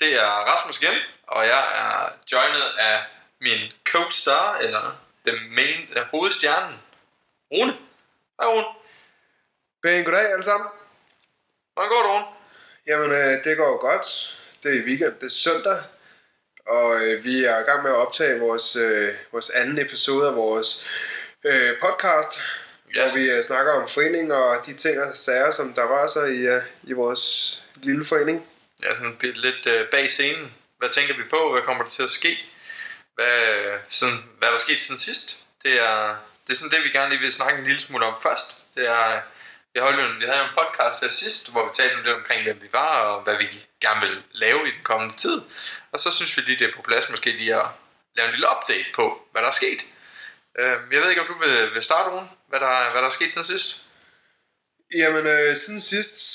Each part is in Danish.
Det er Rasmus igen, og jeg er joinet af min co-star, eller hovedstjernen, Rune. Hej Rune. Pæn goddag alle sammen. Hvordan går det, Rune? Jamen, det går jo godt. Det er weekend, det er søndag. Og vi er i gang med at optage vores anden episode af vores podcast. Yes. Hvor vi snakker om forening og de ting og sager, som der rører sig i vores lille forening. Ja, sådan lidt bag scenen. Hvad tænker vi på? Hvad kommer der til at ske? Hvad er der sket siden sidst? Det er sådan det, vi gerne lige vil snakke en lille smule om først. Det er, vi havde jo en podcast her sidst, hvor vi talte lidt omkring, hvem vi var, og hvad vi gerne vil lave i den kommende tid. Og så synes vi lige, det er på plads måske lige at lave en lille update på, hvad der er sket. Jeg ved ikke, om du vil starte, Rune, hvad der er sket siden sidst? Jamen, siden sidst,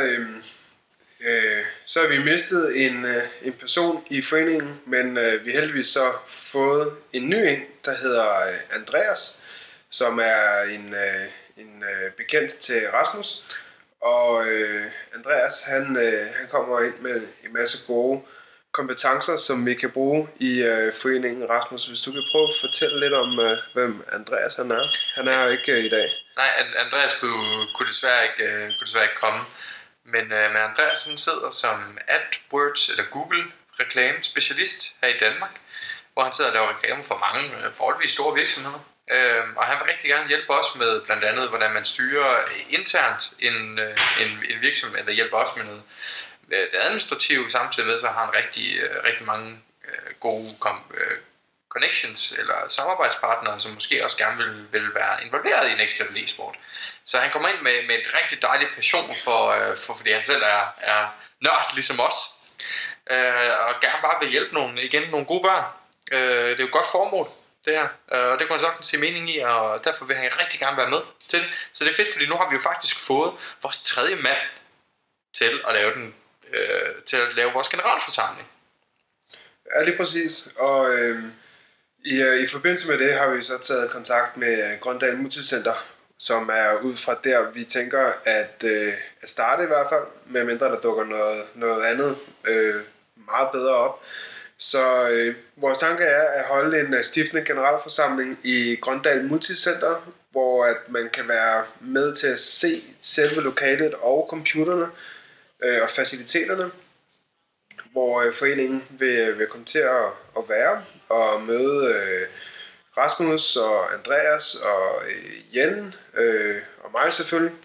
så har vi mistet en person i foreningen, men vi har heldigvis så fået en ny en, der hedder Andreas, som er en bekendt til Rasmus. Og Andreas, han kommer ind med en masse gode kompetencer, som vi kan bruge i foreningen. Rasmus, hvis du kan prøve at fortælle lidt om, hvem Andreas han er. Han er jo ikke i dag. Nej, Andreas kunne desværre ikke komme. Men Andreas han sidder som AdWords eller Google reklame specialist her i Danmark, hvor han sidder og laver reklamer for mange forholdsvis store virksomheder. Og han vil rigtig gerne hjælpe os med blandt andet, hvordan man styrer internt en virksomhed, eller hjælper os med noget det administrative. Samtidig med så har han rigtig mange gode connections eller samarbejdspartnere, som måske også gerne vil være involveret i Next Level eSport. Så han kommer ind med et rigtig dejligt passion fordi han selv er nørd ligesom os, og gerne bare vil hjælpe nogle gode børn. Det er jo et godt formål, det her, og det kan man sagtens se mening i, og derfor vil han rigtig gerne være med til det. Så det er fedt, fordi nu har vi jo faktisk fået vores tredje mand til at lave vores generalforsamling. Ja, lige præcis. Og i forbindelse med det har vi så taget kontakt med Grøndal Multicenter, som er ud fra der, vi tænker at starte i hvert fald, med mindre der dukker noget andet meget bedre op. Så vores tanke er at holde en stiftende generalforsamling i Grøndal Multicenter, hvor at man kan være med til at se selve lokalet og computerne og faciliteterne, hvor foreningen vil komme til at være og møde Rasmus og Andreas og Jen og mig selvfølgelig.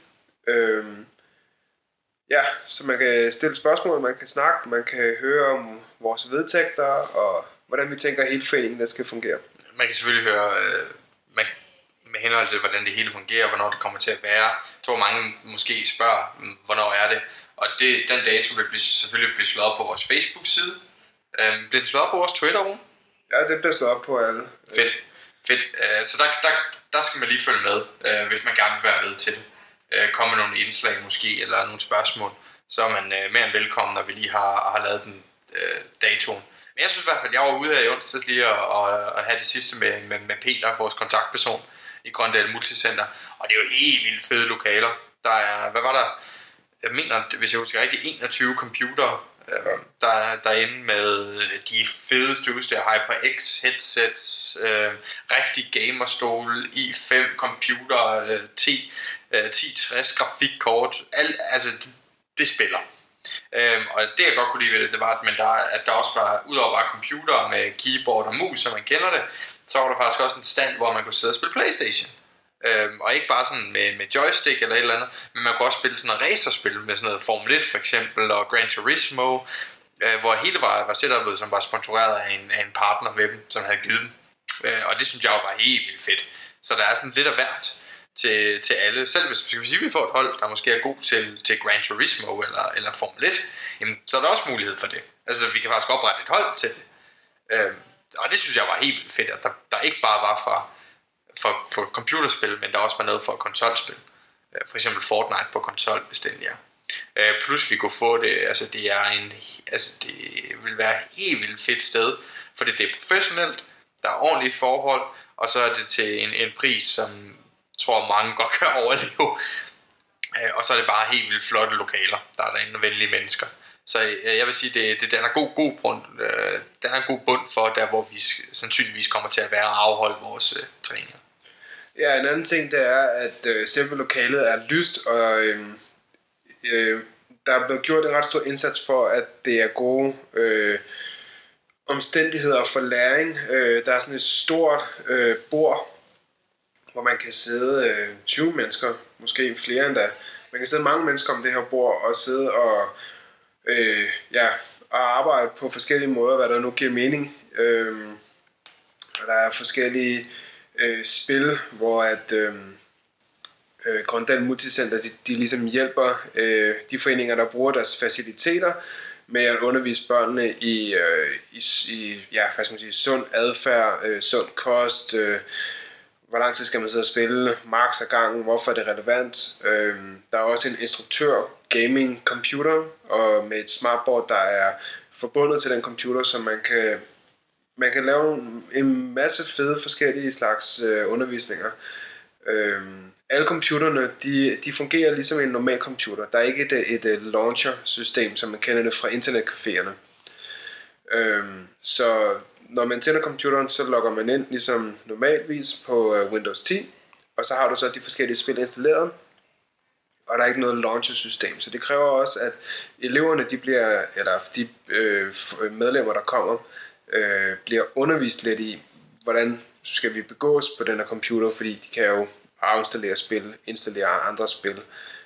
Ja, så man kan stille spørgsmål, man kan snakke, man kan høre om vores vedtægter og hvordan vi tænker at hele foreningen der skal fungere. Man kan selvfølgelig høre med henhold til hvordan det hele fungerer, hvornår det kommer til at være. Jeg tror mange måske spørger, hvornår er det? Og den dato vil selvfølgelig blive slået op på vores Facebook-side. Bliver det slået op på vores Twitter? Ja, det bliver slået op på alle. Fedt. Så der skal man lige følge med, hvis man gerne vil være med til det. Komme med nogle indslag måske, eller nogle spørgsmål. Så er man mere end velkommen, når vi lige har lavet den datoen. Men jeg synes i hvert fald, jeg var ude her i onsdags lige at have det sidste med Peter, vores kontaktperson i Grøndal Multicenter. Og det er jo helt vildt fede lokaler. Der er, hvad var der? Jeg mener, hvis jeg husker rigtigt, 21 computere, der er inde med de fedeste udstyr, HyperX headsets, rigtig gamerstol, i5 computer, 1060 grafikkort, det spiller. Og det jeg godt kunne lide ved det var, at der også var, udover bare computer med keyboard og mus, som man kender det, så var der faktisk også en stand, hvor man kunne sidde og spille PlayStation. Og ikke bare sådan med joystick eller et eller andet, men man kunne også spille sådan noget racerspil med sådan noget Formel 1 for eksempel, og Gran Turismo, hvor hele var setupet, som var sponsoreret af en partner ved dem, som havde givet dem. Og det synes jeg var helt vildt fedt. Så der er sådan lidt af hvert til alle. Selv hvis vi får et hold, der måske er god til Gran Turismo eller Formel 1, jamen, så er der også mulighed for det. Altså vi kan faktisk oprette et hold til det. Og det synes jeg var helt vildt fedt, at der ikke bare var for computerspil, men der også var noget for konsolspil. For eksempel Fortnite på konsol, hvis det er. Plus vi kunne få det, det vil være et helt vildt fedt sted, fordi det er professionelt, der er ordentlige forhold, og så er det til en pris, som tror mange godt kan overleve. Og så er det bare helt vildt flotte lokaler, der er derinde, venlige mennesker. Så jeg vil sige, det danner god bund, den er en god bund for der, hvor vi sandsynligvis kommer til at være og afholde vores træninger. Ja, en anden ting det er, at selve lokalet er lyst, og der er blevet gjort en ret stor indsats for, at det er gode omstændigheder for læring. Der er sådan et stort bord, hvor man kan sidde 20 mennesker, måske flere endda. Man kan sidde mange mennesker om det her bord og sidde og arbejde på forskellige måder, hvad der nu giver mening. Og der er forskellige spil, hvor at Grøndal Multicenter de ligesom hjælper de foreninger, der bruger deres faciliteter med at undervise børnene i hvad skal man sige, sund adfærd, sund kost, hvor lang tid skal man sidde og spille, marks ad gangen, hvorfor er det relevant. Der er også en instruktør, gaming computer, og med et smartboard, der er forbundet til den computer, så man kan lave en masse fede forskellige slags undervisninger. Alle computerne, de fungerer ligesom en normal computer. Der er ikke et launcher-system, som man kender det fra internetcaféerne. Så når man tænder computeren, så logger man ind ligesom normalvis på Windows 10, og så har du så de forskellige spil installeret, og der er ikke noget launcher-system. Så det kræver også, at eleverne, de medlemmer, der kommer, bliver undervist lidt i, hvordan skal vi begås på den her computer, fordi de kan jo afinstallere spil, installere andre spil,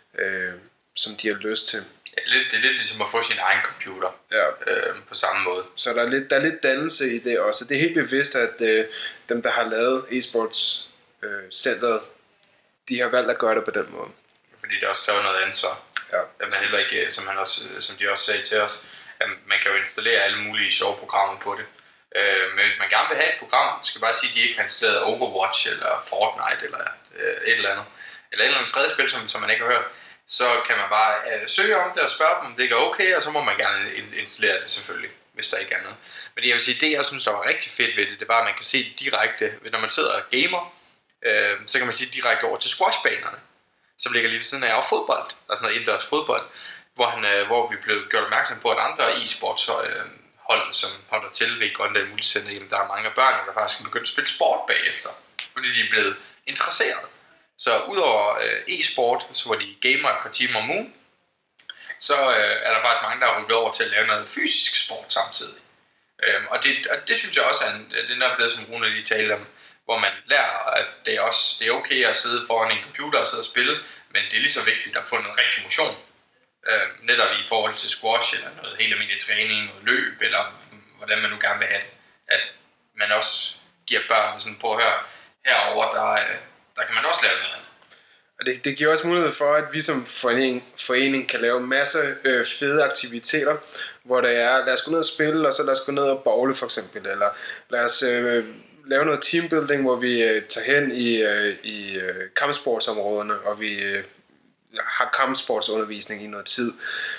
som de har lyst til. Ja, det er lidt ligesom at få sin egen computer, på samme måde. Så der er lidt dannelse i det også. Det er helt bevidst, at dem, der har lavet e-sports centret, de har valgt at gøre det på den måde. Fordi det også kræver noget ansvar. Ja. At man heller ikke, som de også sagde til os, at man kan jo installere alle mulige sjove programmer på det. Men hvis man gerne vil have et program, skal jeg bare sige, at de ikke har installeret Overwatch eller Fortnite eller et eller andet. Eller et eller andet tredje spil, som man ikke har hørt. Så kan man bare søge om det og spørge dem, om det ikke er okay, og så må man gerne installere det selvfølgelig, hvis der ikke er noget. Men jeg vil sige, det jeg synes, der var rigtig fedt ved det, det var, at man kan se direkte, når man sidder og gamer, så kan man se direkte over til squashbanerne, som ligger lige ved siden af, og fodbold, der er sådan noget indendørs fodbold, hvor vi blev gjort opmærksom på, at andre e-sports hold, som holder til ved Grøndal Multicenter, jamen der er mange af børnene, der faktisk er begyndt at spille sport bagefter, fordi de er blevet interesseret. Så udover e-sport, så hvor de gamer et par timer om ugen, så er der faktisk mange, der er rykket over til at lave noget fysisk sport samtidig. Og det synes jeg også er det er det, som Rune lige talte om, hvor man lærer, at det er okay at sidde foran en computer og sidde og spille, men det er lige så vigtigt at få noget rigtig motion. Netop i forhold til squash eller noget helt almindelig træning, noget løb, eller hvordan man nu gerne vil have det. At man også giver børn sådan på at høre, herover der kan man også lave noget andet. Og det giver også mulighed for, at vi som forening kan lave masser af fede aktiviteter, hvor der er, lad os gå ned og spille, og så lad os gå ned og bowle for eksempel, eller lad os lave noget teambuilding, hvor vi tager hen i kampsportsområderne, og vi har kampsportsundervisning i noget tid.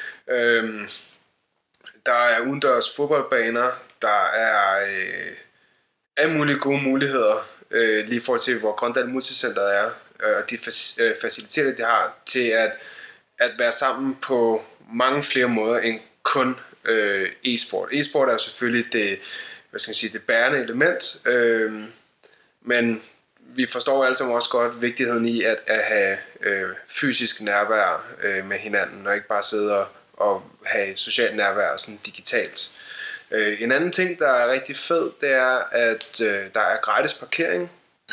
Der er udendørs fodboldbaner, der er alle mulige gode muligheder, lige i forhold til, hvor Grøndal Multicenteret er, og de faciliteter, de har til at være sammen på mange flere måder end kun e-sport. E-sport er selvfølgelig det bærende element, men vi forstår alle sammen også godt vigtigheden i at have fysisk nærvær med hinanden, og ikke bare sidde og have socialt nærvær sådan digitalt. En anden ting, der er rigtig fed, det er, at der er gratis parkering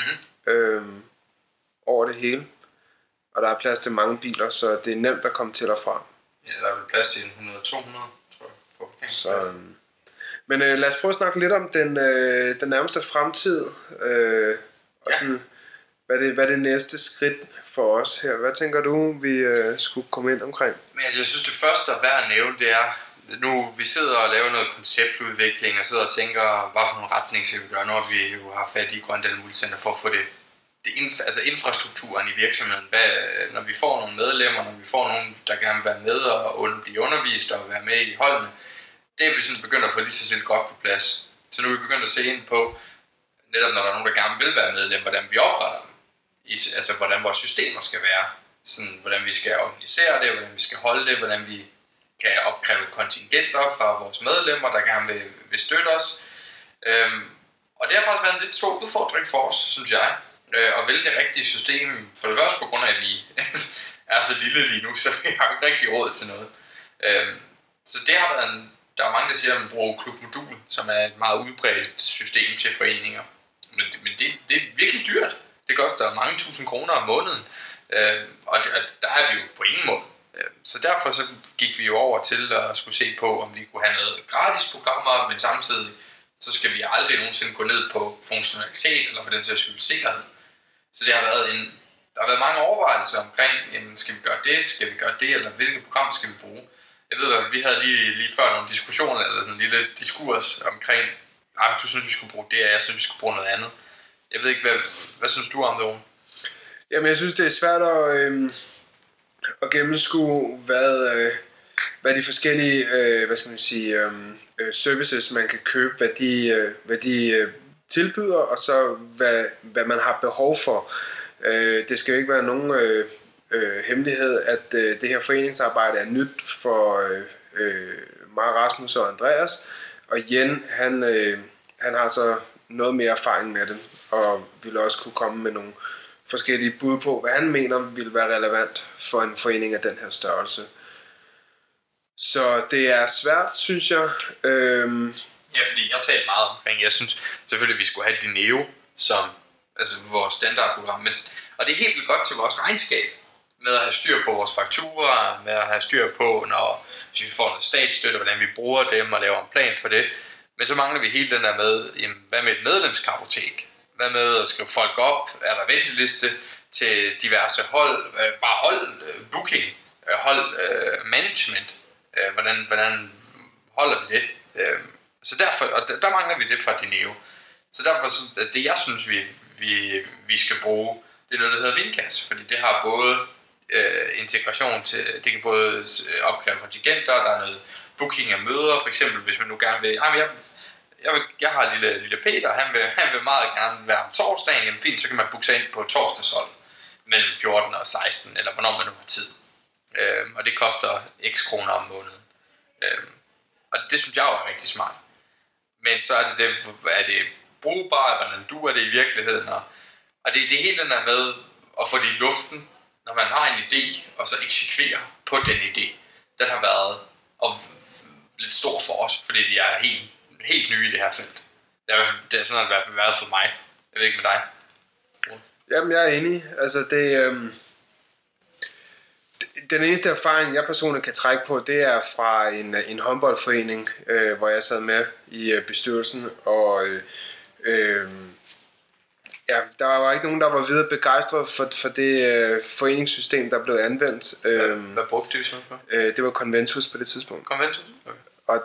over det hele. Og der er plads til mange biler, så det er nemt at komme til og fra. Ja, der er vel plads til 100-200, tror jeg, for parkeringspladsen. Men lad os prøve at snakke lidt om den nærmeste fremtid. Og sådan, hvad er det næste skridt for os her? Hvad tænker du, vi skulle komme ind omkring? Men jeg synes, det første, der er værd at nævne, det er, nu vi sidder og laver noget konceptudvikling, og sidder og tænker, hvad for nogle retning skal vi gøre, når vi jo har fat i Grøndal Multicenter for at få altså infrastrukturen i virksomheden. Når vi får nogle medlemmer, når vi får nogen, der gerne vil være med og blive undervist og være med i holdene, det er vi sådan begyndt at få lige så selv godt på plads. Så nu er vi begyndt at se ind på, netop når der er nogen, der gerne vil være medlem, hvordan vi opretter dem. Altså hvordan vores systemer skal være. Sådan, hvordan vi skal organisere det, hvordan vi skal holde det, hvordan vi kan opkræve kontingenter fra vores medlemmer, der gerne vil støtte os. Og det har faktisk været en lidt stor udfordring for os, synes jeg, at vælge det rigtige system. For det første på grund af, at vi er så lille lige nu, så vi har ikke rigtig råd til noget. Så det har været der er mange, der siger, at man bruger klubmodul, som er et meget udbredt system til foreninger. Men det er virkelig dyrt. Det koster mange tusind kroner om måneden. Og der er vi jo på ingen måde. Så derfor så gik vi jo over til at skulle se på, om vi kunne have noget gratis programmer, men samtidig så skal vi aldrig nogensinde gå ned på funktionalitet eller for den sags skyld sikkerhed. Så det har været der har været mange overvejelser omkring, jamen, skal vi gøre det, eller hvilket program skal vi bruge. Jeg ved, at vi havde lige før nogle diskussioner, eller sådan en lille diskurs omkring, du synes, vi skulle bruge det, og jeg synes, vi skulle bruge noget andet. Jeg ved ikke, hvad synes du om det, Rune? Jamen, jeg synes, det er svært at gennemskue, hvad de forskellige services, man kan købe, hvad de tilbyder, og så hvad man har behov for. Det skal jo ikke være nogen hemmelighed, at det her foreningsarbejde er nyt for mig, Rasmus og Andreas, og Jen, han har så noget mere erfaring med det, og vil også kunne komme med nogle forskellige bud på, hvad han mener vil være relevant for en forening af den her størrelse. Så det er svært, synes jeg. Ja, fordi jeg talte meget omkring, jeg synes selvfølgelig, at vi skulle have Dineo som vores standardprogram, og det er helt vildt godt til vores regnskab, med at have styr på vores fakturer, med at have styr på, hvis vi får noget statsstøtte, hvordan vi bruger dem og laver en plan for det. Men så mangler vi hele den der med, jamen, hvad med et medlemskartotek? Hvad med at skrive folk op? Er der venteliste til diverse hold? Bare hold booking, hold management. Hvordan holder vi det? Så derfor, og der mangler vi det fra Dineo. Så derfor, det jeg synes, vi skal bruge, det er noget, der hedder Vindkasse, fordi det har både integration til, det kan både opkræve kontingenter, der er noget booking af møder, for eksempel hvis man nu gerne vil, jeg har lille Peter, han vil meget gerne være om torsdagen, jamen fint, så kan man booke sig ind på torsdagshold mellem 14 og 16, eller hvornår man nu har tid. Og det koster x kroner om måneden. Og det synes jeg jo er rigtig smart. Men så er det brugbart, hvordan duer det i virkeligheden, og det er helt den der med at få det i luften, når man har en idé, og så eksekvere på den idé. Den har været lidt stor for os, fordi vi er helt nye i det her felt. Det er sådan, at det i hvert fald været for mig. Jeg ved ikke med dig. Jamen, jeg er enig. Altså, den eneste erfaring, jeg personligt kan trække på, det er fra en håndboldforening, hvor jeg sad med i bestyrelsen, og der var ikke nogen, der var videre begejstret for det foreningssystem, der blev anvendt. Hvad brugte de så på? Det var Conventus på det tidspunkt. Conventus? Okay. Og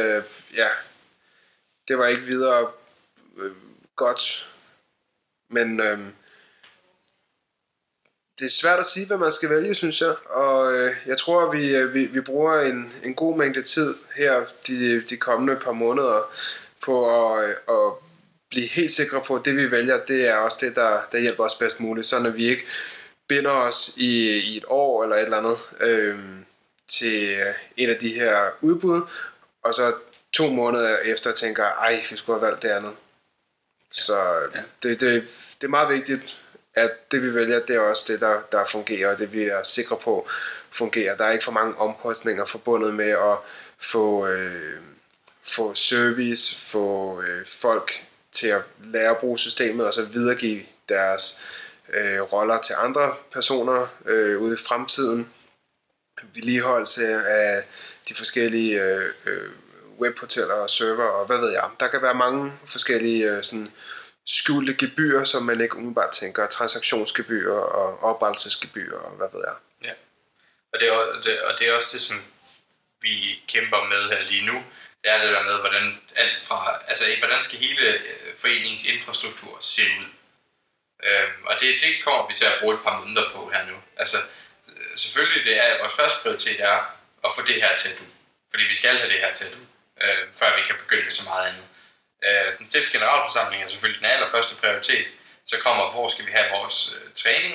det var ikke videre godt. Men det er svært at sige, hvad man skal vælge, synes jeg. Og jeg tror, at vi bruger en god mængde tid her de kommende par måneder på at blive helt sikre på, at det vi vælger, det er også det, der hjælper os bedst muligt. Så når vi ikke binder os i et år eller et eller andet til en af de her udbud, og så 2 måneder efter tænker, vi skulle have valgt det andet. Så det er meget vigtigt, at det vi vælger, det er også det, der fungerer, og det vi er sikre på fungerer. Der er ikke for mange omkostninger forbundet med at få service, få folk til at lære at bruge systemet, og så videregive deres roller til andre personer ude i fremtiden. Vedligeholdelse af de forskellige webhoteller og server, og hvad ved jeg. Der kan være mange forskellige sådan skjulte gebyrer, som man ikke umiddelbart tænker, transaktionsgebyrer og oprettelsesgebyrer og hvad ved jeg. Ja, og det er også det, som vi kæmper med her lige nu. Det er det der med, hvordan skal hele foreningens infrastruktur se ud. Og det kommer vi til at bruge et par måneder på her nu. Altså, selvfølgelig det er vores første prioritet er at få det her til at du. Fordi vi skal have det her til at du, før vi kan begynde med så meget andet. Den stiftsgeneralforsamling er selvfølgelig den allerførste prioritet. Så kommer, hvor skal vi have vores træninger?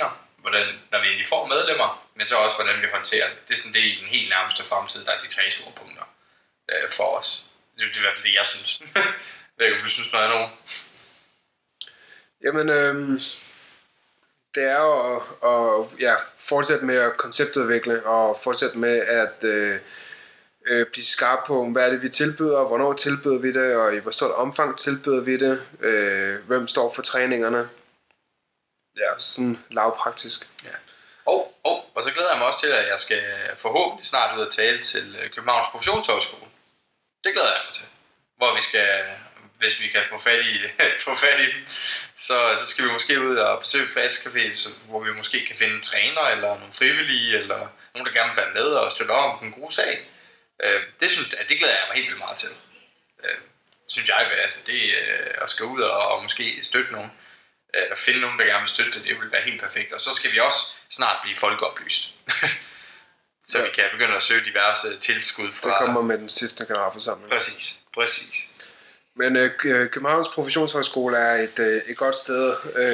når vi egentlig får medlemmer, men så også, hvordan vi håndterer det. Det er sådan det i den helt nærmeste fremtid, der er de 3 store punkter for os. Det er i hvert fald det, jeg synes. Jeg ved ikke, om du synes noget af nogen. Jamen, det er jo at fortsætte med at konceptudvikle, og fortsætte med at blive skarp på, hvad er det, vi tilbyder, hvornår tilbyder vi det, og i hvor stort omfang tilbyder vi det, hvem står for træningerne. Ja, sådan lavpraktisk. Ja. Og så glæder jeg mig også til, at jeg skal forhåbentlig snart ud og tale til Københavns Professionshøjskole. Det glæder jeg mig til. Hvor vi skal, hvis vi kan få fat i dem, så skal vi måske ud og besøge Fast Café, hvor vi måske kan finde en træner, eller nogle frivillige, eller nogen, der gerne vil være med og støtte om den gode sag. Det glæder jeg mig helt vildt meget til. Synes jeg, altså det at skal ud og måske støtte nogen, eller finde nogen, der gerne vil støtte det vil være helt perfekt. Og så skal vi også snart blive folkeoplyst. Så vi kan begynde at søge diverse tilskud fra... Det kommer med den sidste generalforsamling. Præcis. Men Københavns Professionshøjskole er et godt sted,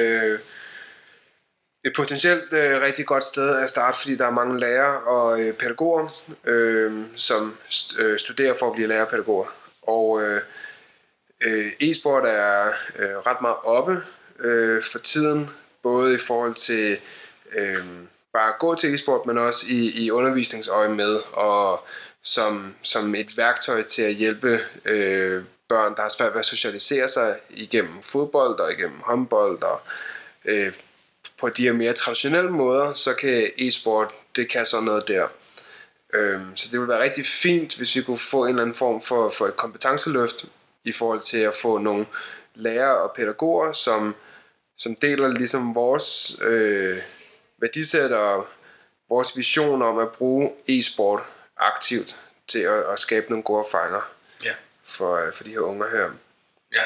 et potentielt rigtig godt sted at starte, fordi der er mange lærere og pædagoger, som studerer for at blive lærerpædagoger. Og e-sport er ret meget oppe for tiden, både i forhold til bare at gå til e-sport, men også i undervisningsøje med, og som et værktøj til at hjælpe børn, der har svært ved at socialisere sig igennem fodbold og igennem håndbold, og på de her mere traditionelle måder, så kan e-sport, det kan sådan noget der. Så det ville være rigtig fint, hvis vi kunne få en eller anden form for et kompetenceløft i forhold til at få nogle lærere og pædagoger, som deler ligesom vores værdisæt og vores vision om at bruge e-sport aktivt til at skabe nogle gode erfaringer for de her unger her. Ja.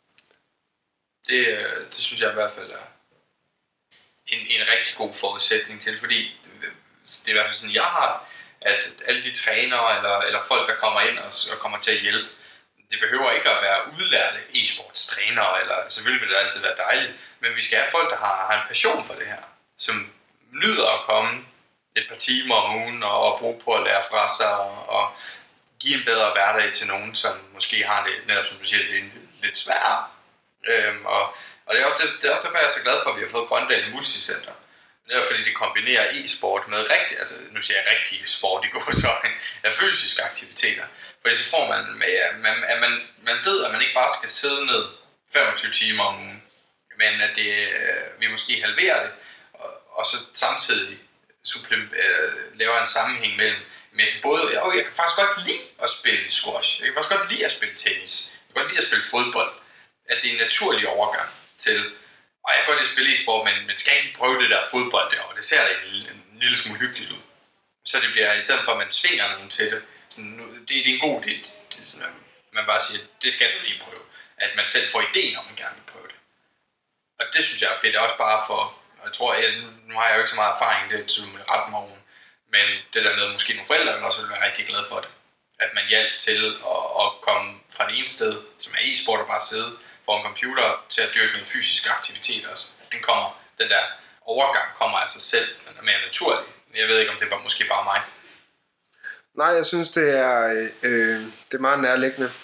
Det synes jeg i hvert fald er en rigtig god forudsætning til, fordi det er i hvert fald sådan, jeg har, at alle de trænere eller folk, der kommer ind og kommer til at hjælpe, det behøver ikke at være udlærte e-sportstrænere, eller selvfølgelig vil det altid være dejligt, men vi skal have folk, der har en passion for det her, som nyder at komme et par timer om ugen og bruge på at lære fra sig og give en bedre hverdag til nogen, som måske har det, netop som du siger, lidt sværere. Og det er også derfor, jeg er så glad for, at vi har fået Grøndal Multicenter. Netop fordi det kombinerer e-sport med rigtig, altså nu siger jeg rigtig sport i gåseøjne, fysiske aktiviteter. Fordi så får man med, at man ved, at man ikke bare skal sidde ned 25 timer om ugen, men at vi måske halverer det, og så samtidig laver en sammenhæng mellem med både, jeg kan faktisk godt lide at spille squash, jeg kan faktisk godt lide at spille tennis, jeg kan godt lide at spille fodbold, at det er en naturlig overgang til, og jeg kan godt lide at spille e-sport, men skal ikke lige prøve det der fodbold der, og det ser da en lille smule hyggeligt ud. Så det bliver, i stedet for at man tvinger nogen til det, sådan, det er en god idé, sådan, at man bare siger, det skal du lige prøve, at man selv får idéen, om man gerne vil prøve det. Og det synes jeg er fedt, også bare for, og jeg tror, nu har jeg jo ikke så meget erfaring, det er ret morgen, men det der med, måske nogle forældre også vil være rigtig glade for det. At man hjælper til at komme fra det ene sted, som er e-sport, og bare sidde foran en computer, til at dyrke noget fysisk aktivitet også. Den der overgang kommer af sig selv, den er mere naturlig. Jeg ved ikke, om det var måske bare mig. Nej, jeg synes, det er meget nærliggende.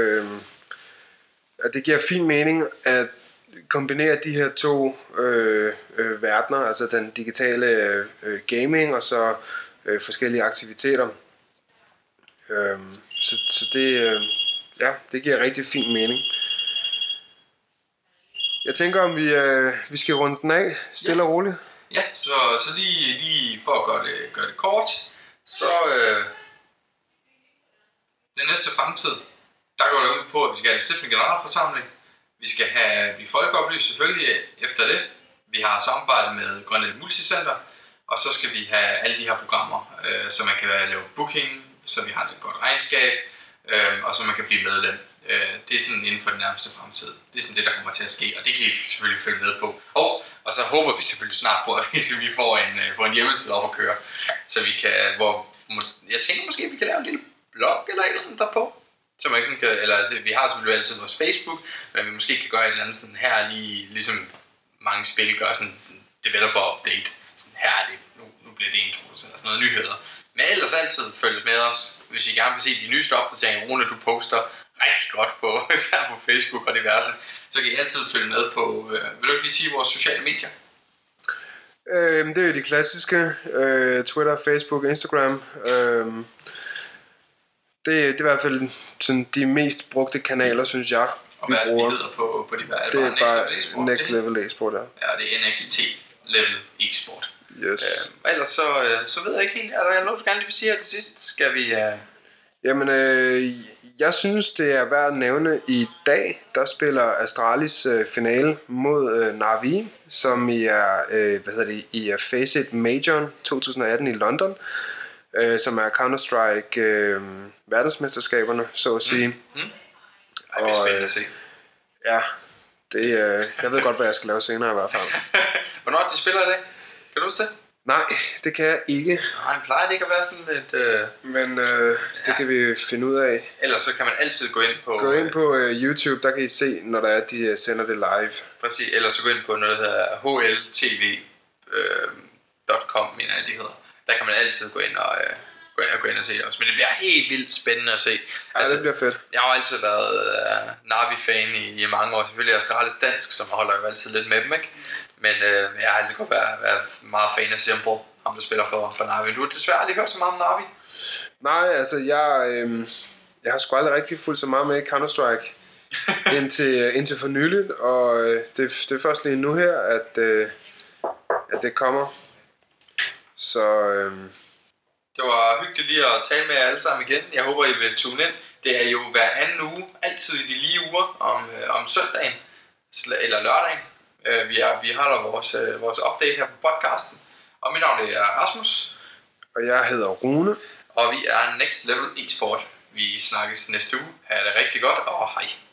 At det giver fin mening at kombinere de her to verdener, altså den digitale gaming og så forskellige aktiviteter. Så det giver rigtig fin mening. Jeg tænker, om vi skal runde den af stille og roligt. Ja, så lige for at gøre det kort, så den næste fremtid, der går det ud på, at vi skal have en stiftende generalforsamling. Vi skal blive folkeoplyst selvfølgelig efter det. Vi har samarbejdet med Grøndal Multicenter, og så skal vi have alle de her programmer, så man kan lave booking, så vi har et godt regnskab, og så man kan blive medlem. Det er sådan inden for den nærmeste fremtid. Det er sådan det, der kommer til at ske, og det kan I selvfølgelig følge med på. Og så håber vi selvfølgelig snart på, at vi får en hjemmeside op at køre, så vi kan, jeg tænker måske, at vi kan lave en lille blog eller et eller andet derpå. Så man sådan kan, vi har selvfølgelig altid vores Facebook, men vi måske kan gøre et eller andet sådan her, ligesom mange spil gør sådan en developer update, sådan, her er det, nu bliver det introduceret, sådan noget nyheder. Men ellers altid følg med os, hvis I gerne vil se de nyeste opdateringer. Rune, du poster rigtig godt på, især på Facebook og diverse. Så kan I altid følge med på, vil du ikke lige sige vores sociale medier? Det er jo de klassiske, Twitter, Facebook, Instagram. Det er i hvert fald sådan de mest brugte kanaler, synes jeg, og hvad bruger. Hedder på de der? Det er bare Next Level E-sport, ja. Ja, det er NXT Level E-sport. Yes. Ellers så ved jeg ikke helt, er der noget, du gerne lige vil sige her til sidst? Skal vi... Jamen, jeg synes, det er værd at nævne i dag, der spiller Astralis finale mod Na'Vi, som i er Faceit Major 2018 i London, som er Counter-Strike verdensmesterskaberne, så at sige. Ej, det er spændende at se. Ja, jeg ved godt, hvad jeg skal lave senere i hvert fald. Hvornår de spiller i dag? Kan du huske det? Nej, det kan jeg ikke. Nej, det plejer det ikke at være sådan et... Men det kan vi finde ud af. Ellers så kan man altid gå ind på... Gå ind på YouTube, der kan I se, når der er, de sender det live. Præcis, ellers så gå ind på noget, der hedder hltv.com, mener jeg, det hedder. Der kan man altid gå ind og og se os. Men det bliver helt vildt spændende at se. Ja, det bliver fedt. Jeg har jo altid været Na'Vi-fan i mange år. Selvfølgelig er Astralis dansk, så man holder jo altid lidt med dem, ikke? Men jeg har altid godt været meget fan af Simple, ham der spiller for Na'Vi. Du har desværre aldrig hørt så meget om Na'Vi? Nej, altså jeg har sgu aldrig rigtig fulgt så meget med i Counter-Strike indtil for nyligt, og det er først lige nu her, at det kommer. Så... Det var hyggeligt lige at tale med jer alle sammen igen. Jeg håber, I vil tune ind. Det er jo hver anden uge, altid i de lige uger, om søndagen eller lørdagen. Vi holder vores update her på podcasten. Og mit navn er Rasmus. Og jeg hedder Rune. Og vi er Next Level E-sport. Vi snakkes næste uge. Ha' det rigtig godt, og hej.